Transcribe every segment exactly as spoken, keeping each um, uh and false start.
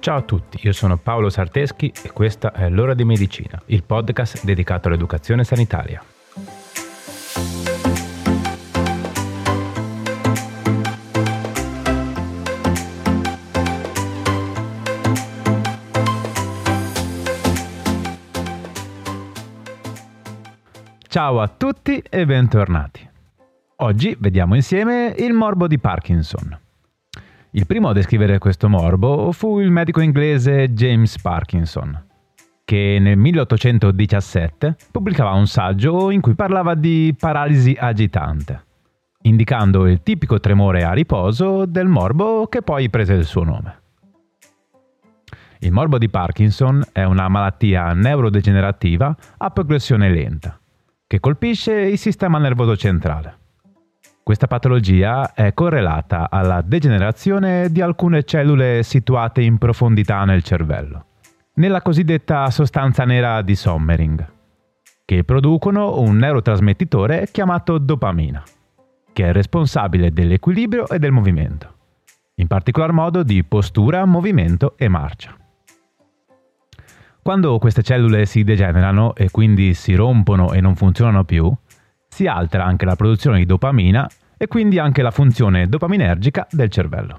Ciao a tutti, io sono Paolo Sarteschi e questa è L'Ora di Medicina, il podcast dedicato all'educazione sanitaria. Ciao a tutti e bentornati. Oggi vediamo insieme il morbo di Parkinson. Il primo a descrivere questo morbo fu il medico inglese James Parkinson, che nel milleottocentodiciassette pubblicava un saggio in cui parlava di paralisi agitante, indicando il tipico tremore a riposo del morbo che poi prese il suo nome. Il morbo di Parkinson è una malattia neurodegenerativa a progressione lenta, che colpisce il sistema nervoso centrale. Questa patologia è correlata alla degenerazione di alcune cellule situate in profondità nel cervello, nella cosiddetta sostanza nera di Sommering, che producono un neurotrasmettitore chiamato dopamina, che è responsabile dell'equilibrio e del movimento, in particolar modo di postura, movimento e marcia. Quando queste cellule si degenerano e quindi si rompono e non funzionano più, si altera anche la produzione di dopamina e quindi anche la funzione dopaminergica del cervello.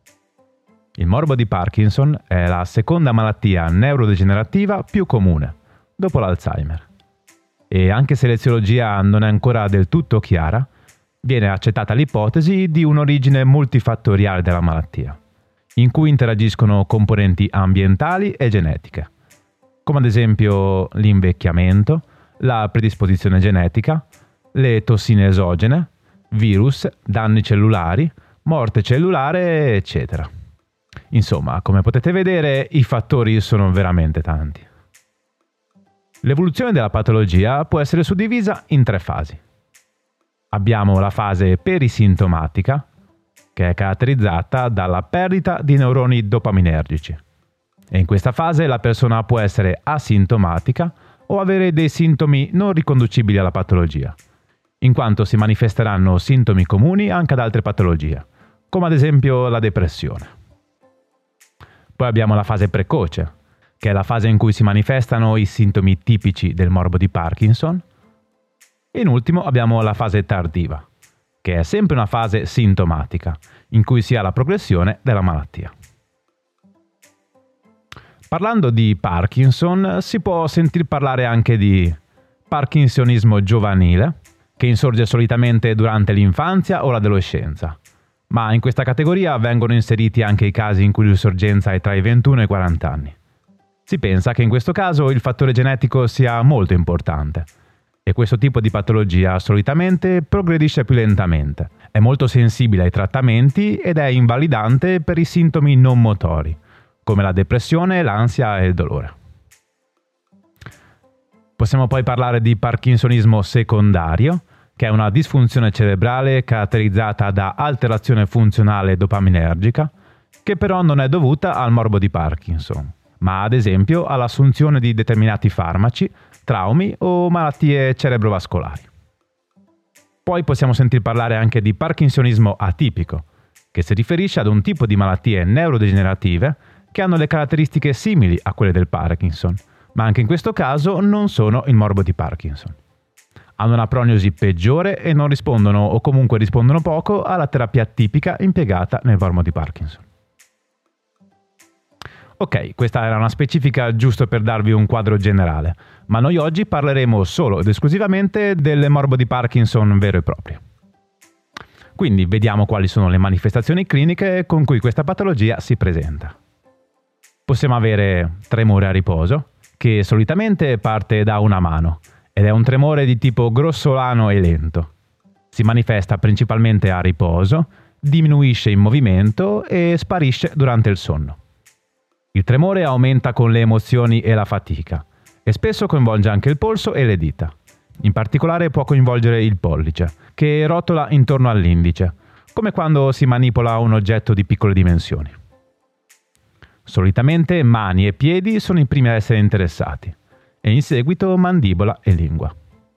Il morbo di Parkinson è la seconda malattia neurodegenerativa più comune, dopo l'Alzheimer. E anche se l'eziologia non è ancora del tutto chiara, viene accettata l'ipotesi di un'origine multifattoriale della malattia, in cui interagiscono componenti ambientali e genetiche, come ad esempio l'invecchiamento, la predisposizione genetica, le tossine esogene, virus, danni cellulari, morte cellulare, eccetera. Insomma, come potete vedere, i fattori sono veramente tanti. L'evoluzione della patologia può essere suddivisa in tre fasi. Abbiamo la fase perisintomatica, che è caratterizzata dalla perdita di neuroni dopaminergici. E in questa fase la persona può essere asintomatica o avere dei sintomi non riconducibili alla patologia, in quanto si manifesteranno sintomi comuni anche ad altre patologie, come ad esempio la depressione. Poi abbiamo la fase precoce, che è la fase in cui si manifestano i sintomi tipici del morbo di Parkinson. E in ultimo abbiamo la fase tardiva, che è sempre una fase sintomatica, in cui si ha la progressione della malattia. Parlando di Parkinson, si può sentir parlare anche di parkinsonismo giovanile, che insorge solitamente durante l'infanzia o l'adolescenza, ma in questa categoria vengono inseriti anche i casi in cui l'insorgenza è tra i ventuno e i quaranta anni. Si pensa che in questo caso il fattore genetico sia molto importante e questo tipo di patologia solitamente progredisce più lentamente, è molto sensibile ai trattamenti ed è invalidante per i sintomi non motori, come la depressione, l'ansia e il dolore. Possiamo poi parlare di parkinsonismo secondario, che è una disfunzione cerebrale caratterizzata da alterazione funzionale dopaminergica, che però non è dovuta al morbo di Parkinson, ma ad esempio all'assunzione di determinati farmaci, traumi o malattie cerebrovascolari. Poi possiamo sentir parlare anche di parkinsonismo atipico, che si riferisce ad un tipo di malattie neurodegenerative che hanno le caratteristiche simili a quelle del Parkinson, ma anche in questo caso non sono il morbo di Parkinson. Hanno una prognosi peggiore e non rispondono o comunque rispondono poco alla terapia tipica impiegata nel morbo di Parkinson. Ok, questa era una specifica giusto per darvi un quadro generale, ma noi oggi parleremo solo ed esclusivamente del morbo di Parkinson vero e proprio. Quindi vediamo quali sono le manifestazioni cliniche con cui questa patologia si presenta. Possiamo avere tremore a riposo, che solitamente parte da una mano, ed è un tremore di tipo grossolano e lento. Si manifesta principalmente a riposo, diminuisce in movimento e sparisce durante il sonno. Il tremore aumenta con le emozioni e la fatica e spesso coinvolge anche il polso e le dita. In particolare può coinvolgere il pollice, che rotola intorno all'indice, come quando si manipola un oggetto di piccole dimensioni. Solitamente mani e piedi sono i primi a essere interessati, e in seguito mandibola e lingua.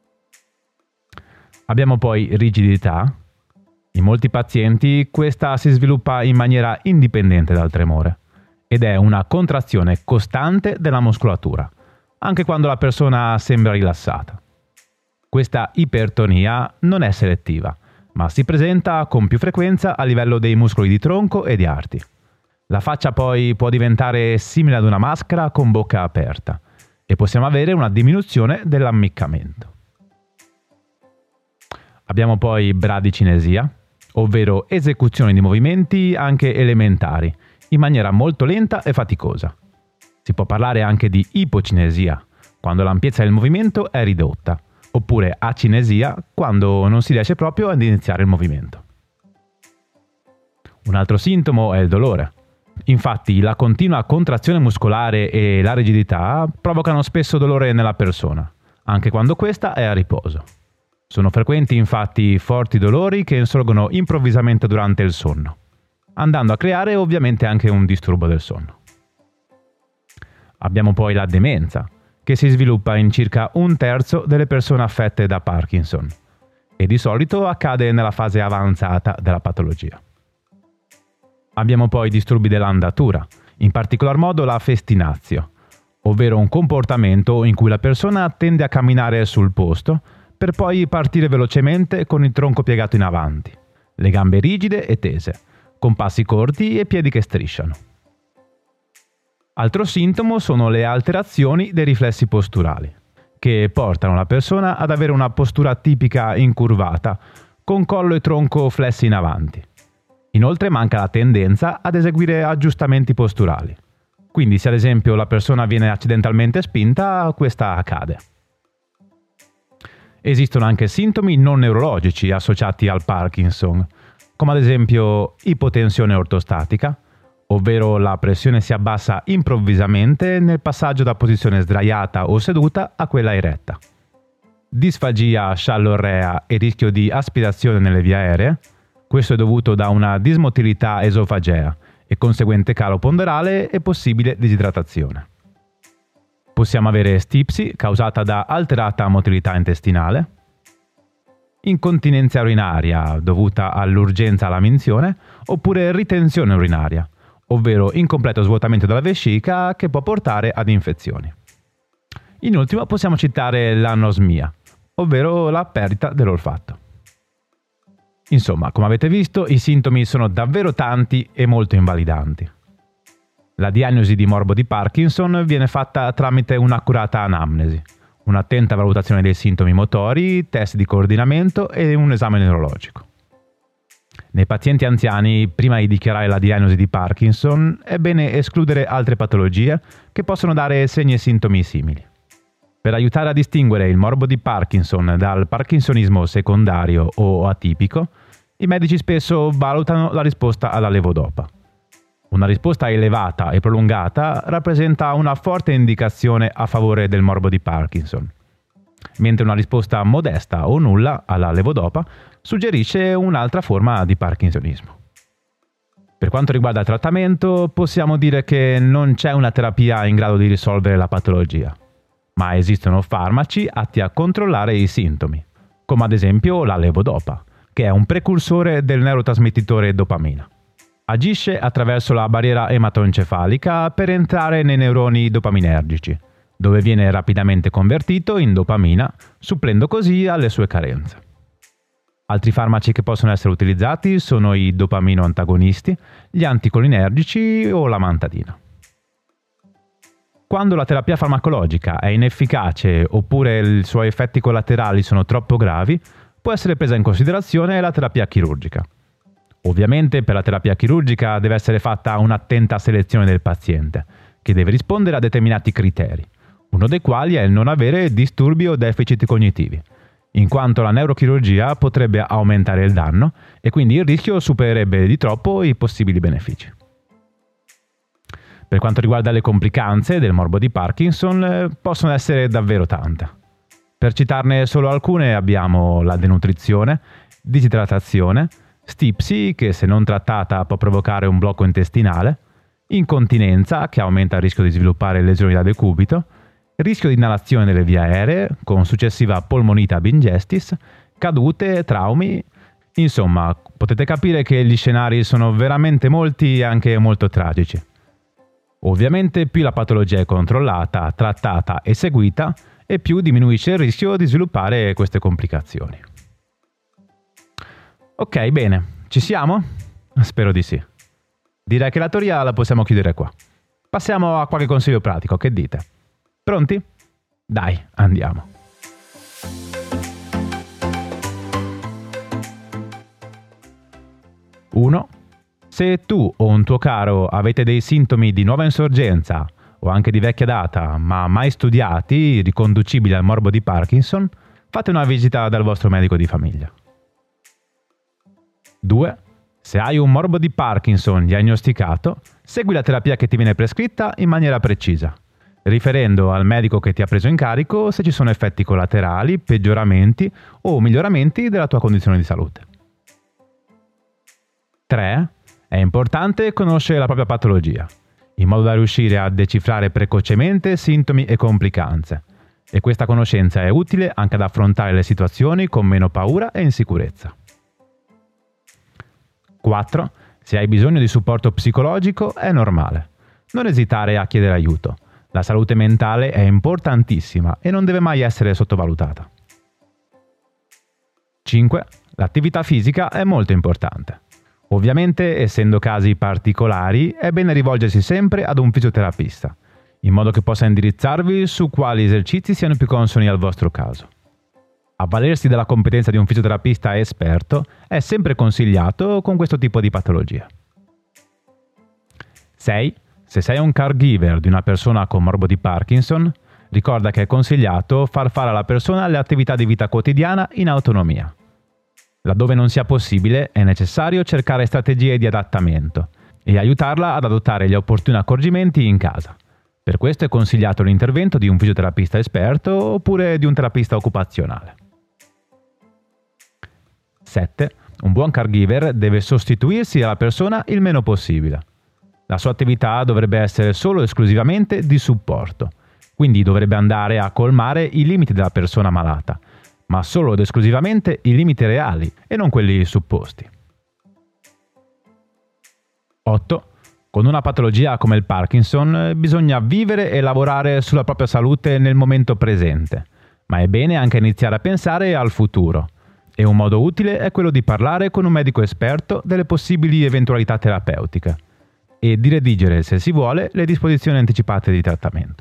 Abbiamo poi rigidità. In molti pazienti questa si sviluppa in maniera indipendente dal tremore ed è una contrazione costante della muscolatura, anche quando la persona sembra rilassata. Questa ipertonia non è selettiva, ma si presenta con più frequenza a livello dei muscoli di tronco e di arti. La faccia poi può diventare simile ad una maschera con bocca aperta e possiamo avere una diminuzione dell'ammiccamento. Abbiamo poi bradicinesia, ovvero esecuzione di movimenti anche elementari, in maniera molto lenta e faticosa. Si può parlare anche di ipocinesia, quando l'ampiezza del movimento è ridotta, oppure acinesia, quando non si riesce proprio ad iniziare il movimento. Un altro sintomo è il dolore. Infatti, la continua contrazione muscolare e la rigidità provocano spesso dolore nella persona, anche quando questa è a riposo. Sono frequenti infatti forti dolori che insorgono improvvisamente durante il sonno, andando a creare ovviamente anche un disturbo del sonno. Abbiamo poi la demenza, che si sviluppa in circa un terzo delle persone affette da Parkinson e di solito accade nella fase avanzata della patologia. Abbiamo poi disturbi dell'andatura, in particolar modo la festinazio, ovvero un comportamento in cui la persona tende a camminare sul posto per poi partire velocemente con il tronco piegato in avanti, le gambe rigide e tese, con passi corti e piedi che strisciano. Altro sintomo sono le alterazioni dei riflessi posturali, che portano la persona ad avere una postura tipica incurvata, con collo e tronco flessi in avanti. Inoltre manca la tendenza ad eseguire aggiustamenti posturali. Quindi se ad esempio la persona viene accidentalmente spinta, questa accade. Esistono anche sintomi non neurologici associati al Parkinson, come ad esempio ipotensione ortostatica, ovvero la pressione si abbassa improvvisamente nel passaggio da posizione sdraiata o seduta a quella eretta. Disfagia sciallorrea e rischio di aspirazione nelle vie aeree. Questo è dovuto da una dismotilità esofagea e conseguente calo ponderale e possibile disidratazione. Possiamo avere stipsi causata da alterata motilità intestinale, incontinenza urinaria dovuta all'urgenza alla minzione, oppure ritenzione urinaria, ovvero incompleto svuotamento della vescica che può portare ad infezioni. In ultimo possiamo citare l'anosmia, ovvero la perdita dell'olfatto. Insomma, come avete visto, i sintomi sono davvero tanti e molto invalidanti. La diagnosi di morbo di Parkinson viene fatta tramite un'accurata anamnesi, un'attenta valutazione dei sintomi motori, test di coordinamento e un esame neurologico. Nei pazienti anziani, prima di dichiarare la diagnosi di Parkinson, è bene escludere altre patologie che possono dare segni e sintomi simili. Per aiutare a distinguere il morbo di Parkinson dal parkinsonismo secondario o atipico, i medici spesso valutano la risposta alla levodopa. Una risposta elevata e prolungata rappresenta una forte indicazione a favore del morbo di Parkinson, mentre una risposta modesta o nulla alla levodopa suggerisce un'altra forma di parkinsonismo. Per quanto riguarda il trattamento, possiamo dire che non c'è una terapia in grado di risolvere la patologia, ma esistono farmaci atti a controllare i sintomi, come ad esempio la levodopa, che è un precursore del neurotrasmettitore dopamina. Agisce attraverso la barriera ematoencefalica per entrare nei neuroni dopaminergici, dove viene rapidamente convertito in dopamina, supplendo così alle sue carenze. Altri farmaci che possono essere utilizzati sono i dopamino-antagonisti, gli anticolinergici o la mantadina. Quando la terapia farmacologica è inefficace oppure i suoi effetti collaterali sono troppo gravi, può essere presa in considerazione la terapia chirurgica. Ovviamente per la terapia chirurgica deve essere fatta un'attenta selezione del paziente, che deve rispondere a determinati criteri, uno dei quali è il non avere disturbi o deficit cognitivi, in quanto la neurochirurgia potrebbe aumentare il danno e quindi il rischio supererebbe di troppo i possibili benefici. Per quanto riguarda le complicanze del morbo di Parkinson, possono essere davvero tante. Per citarne solo alcune abbiamo la denutrizione, disidratazione, stipsi che se non trattata può provocare un blocco intestinale, incontinenza che aumenta il rischio di sviluppare lesioni da decubito, rischio di inalazione delle vie aeree con successiva polmonite ab ingestis, cadute, traumi. Insomma, potete capire che gli scenari sono veramente molti e anche molto tragici. Ovviamente più la patologia è controllata, trattata e seguita, e più diminuisce il rischio di sviluppare queste complicazioni. Ok, bene, ci siamo? Spero di sì. Direi che la teoria la possiamo chiudere qua. Passiamo a qualche consiglio pratico, che dite? Pronti? Dai, andiamo. uno. Se tu o un tuo caro avete dei sintomi di nuova insorgenza o anche di vecchia data, ma mai studiati, riconducibili al morbo di Parkinson, fate una visita dal vostro medico di famiglia. due. Se hai un morbo di Parkinson diagnosticato, segui la terapia che ti viene prescritta in maniera precisa, riferendo al medico che ti ha preso in carico se ci sono effetti collaterali, peggioramenti o miglioramenti della tua condizione di salute. tre. È importante conoscere la propria patologia, in modo da riuscire a decifrare precocemente sintomi e complicanze, e questa conoscenza è utile anche ad affrontare le situazioni con meno paura e insicurezza. quattro. Se hai bisogno di supporto psicologico è normale. Non esitare a chiedere aiuto. La salute mentale è importantissima e non deve mai essere sottovalutata. cinque. L'attività fisica è molto importante. Ovviamente, essendo casi particolari, è bene rivolgersi sempre ad un fisioterapista, in modo che possa indirizzarvi su quali esercizi siano più consoni al vostro caso. Avvalersi della competenza di un fisioterapista esperto è sempre consigliato con questo tipo di patologia. sei. Se sei un caregiver di una persona con morbo di Parkinson, ricorda che è consigliato far fare alla persona le attività di vita quotidiana in autonomia. Laddove non sia possibile, è necessario cercare strategie di adattamento e aiutarla ad adottare gli opportuni accorgimenti in casa. Per questo è consigliato l'intervento di un fisioterapista esperto oppure di un terapista occupazionale. sette. Un buon caregiver deve sostituirsi alla persona il meno possibile. La sua attività dovrebbe essere solo e esclusivamente di supporto, quindi dovrebbe andare a colmare i limiti della persona malata, ma solo ed esclusivamente i limiti reali e non quelli supposti. otto. Con una patologia come il Parkinson bisogna vivere e lavorare sulla propria salute nel momento presente, ma è bene anche iniziare a pensare al futuro. E un modo utile è quello di parlare con un medico esperto delle possibili eventualità terapeutiche e di redigere, se si vuole, le disposizioni anticipate di trattamento.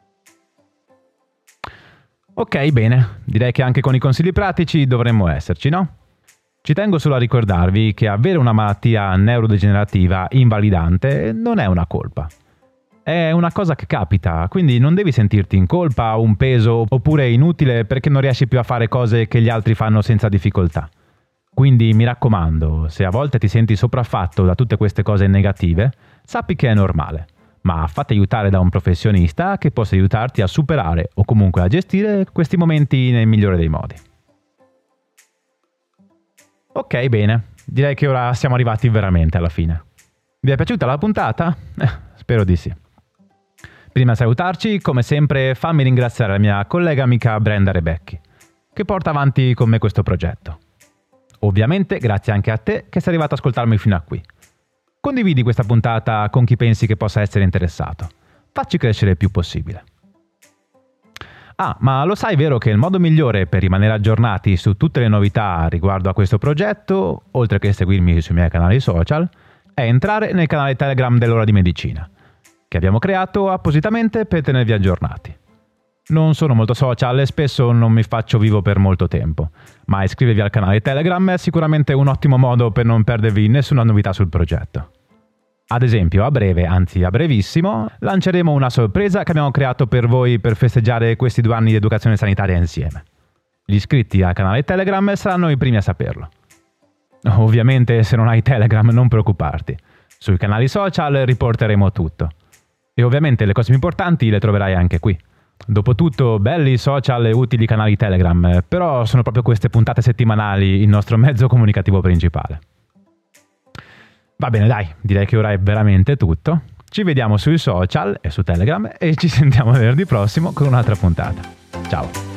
Ok, bene, direi che anche con i consigli pratici dovremmo esserci, no? Ci tengo solo a ricordarvi che avere una malattia neurodegenerativa invalidante non è una colpa. È una cosa che capita, quindi non devi sentirti in colpa, un peso oppure inutile perché non riesci più a fare cose che gli altri fanno senza difficoltà. Quindi mi raccomando, se a volte ti senti sopraffatto da tutte queste cose negative, sappi che è normale. Ma fatti aiutare da un professionista che possa aiutarti a superare o comunque a gestire questi momenti nel migliore dei modi. Ok, bene, direi che ora siamo arrivati veramente alla fine. Vi è piaciuta la puntata? Eh, spero di sì. Prima di salutarci, come sempre, fammi ringraziare la mia collega amica Brenda Rebecchi, che porta avanti con me questo progetto. Ovviamente grazie anche a te che sei arrivato ad ascoltarmi fino a qui. Condividi questa puntata con chi pensi che possa essere interessato. Facci crescere il più possibile. Ah, ma lo sai vero che il modo migliore per rimanere aggiornati su tutte le novità riguardo a questo progetto, oltre che seguirmi sui miei canali social, è entrare nel canale Telegram dell'Ora di Medicina, che abbiamo creato appositamente per tenervi aggiornati. Non sono molto social e spesso non mi faccio vivo per molto tempo, ma iscrivervi al canale Telegram è sicuramente un ottimo modo per non perdervi nessuna novità sul progetto. Ad esempio, a breve, anzi a brevissimo, lanceremo una sorpresa che abbiamo creato per voi per festeggiare questi due anni di educazione sanitaria insieme. Gli iscritti al canale Telegram saranno i primi a saperlo. Ovviamente, se non hai Telegram, non preoccuparti. Sui canali social riporteremo tutto. E ovviamente le cose più importanti le troverai anche qui. Dopotutto, belli social e utili canali Telegram, però sono proprio queste puntate settimanali il nostro mezzo comunicativo principale. Va bene, dai, direi che ora è veramente tutto. Ci vediamo sui social e su Telegram e ci sentiamo venerdì prossimo con un'altra puntata. Ciao!